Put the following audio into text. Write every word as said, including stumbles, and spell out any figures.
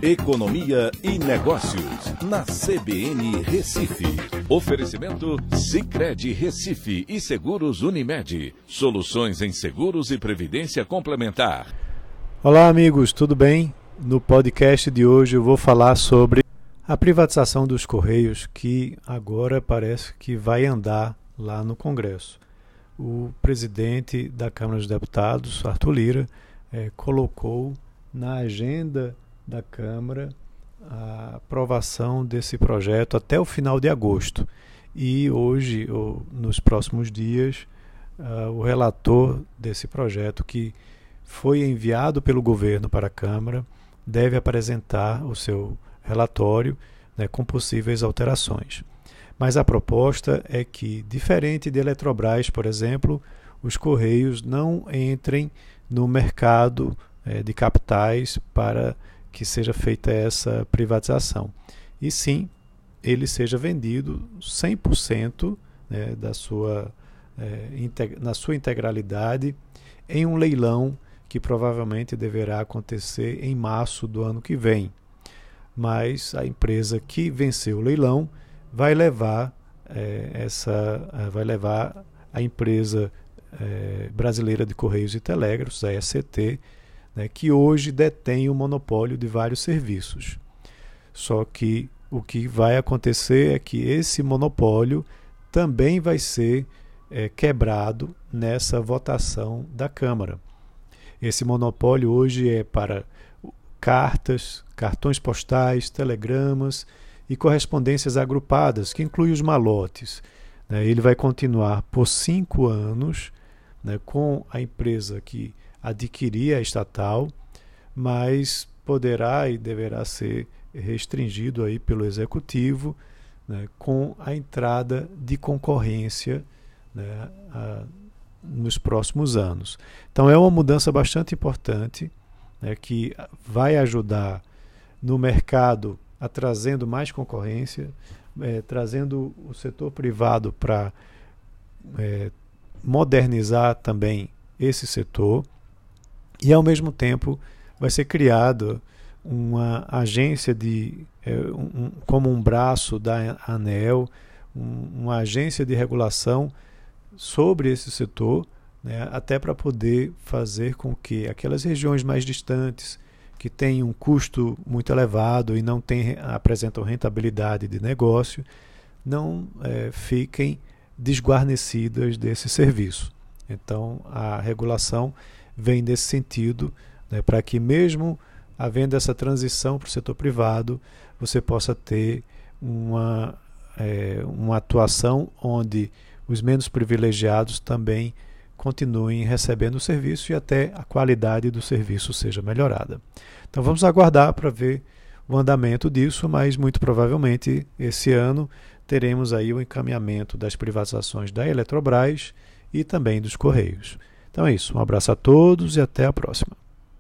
Economia e Negócios, na C B N Recife. Oferecimento Sicredi Recife e Seguros Unimed. Soluções em seguros e previdência complementar. Olá amigos, tudo bem? No podcast de hoje eu vou falar sobre a privatização dos Correios, que agora parece que vai andar lá no Congresso. O presidente da Câmara dos Deputados, Arthur Lira, eh, colocou na agenda da Câmara a aprovação desse projeto até o final de agosto. E hoje, ou nos próximos dias, uh, o relator desse projeto, que foi enviado pelo governo para a Câmara, deve apresentar o seu relatório, né, com possíveis alterações. Mas a proposta é que, diferente de Eletrobras, por exemplo, os Correios não entrem no mercado eh, de capitais para que seja feita essa privatização. E sim, ele seja vendido cem por cento, né, da sua, eh, integ- na sua integralidade em um leilão que provavelmente deverá acontecer em março do ano que vem. Mas a empresa que venceu o leilão vai levar, eh, essa, eh, vai levar a empresa eh, brasileira de Correios e Telégrafos, a E C T, né, que hoje detém o monopólio de vários serviços. Só que o que vai acontecer é que esse monopólio também vai ser é, quebrado nessa votação da Câmara. Esse monopólio hoje é para cartas, cartões postais, telegramas e correspondências agrupadas, que inclui os malotes. Né? Ele vai continuar por cinco anos, né, com a empresa que adquirir a estatal, mas poderá e deverá ser restringido aí pelo Executivo, né, com a entrada de concorrência, né, a, nos próximos anos. Então é uma mudança bastante importante, né, que vai ajudar no mercado a trazendo mais concorrência, é, trazendo o setor privado para é, modernizar também esse setor. E, ao mesmo tempo, vai ser criada uma agência de, é, um, como um braço da ANEEL, um, uma agência de regulação sobre esse setor, né, até para poder fazer com que aquelas regiões mais distantes, que têm um custo muito elevado e não tem, apresentam rentabilidade de negócio, não é, fiquem desguarnecidas desse serviço. Então, a regulação vem nesse sentido, né, para que mesmo havendo essa transição para o setor privado, você possa ter uma, é, uma atuação onde os menos privilegiados também continuem recebendo o serviço e até a qualidade do serviço seja melhorada. Então vamos aguardar para ver o andamento disso, mas muito provavelmente esse ano teremos aí o encaminhamento das privatizações da Eletrobras e também dos Correios. Então é isso, um abraço a todos e até a próxima.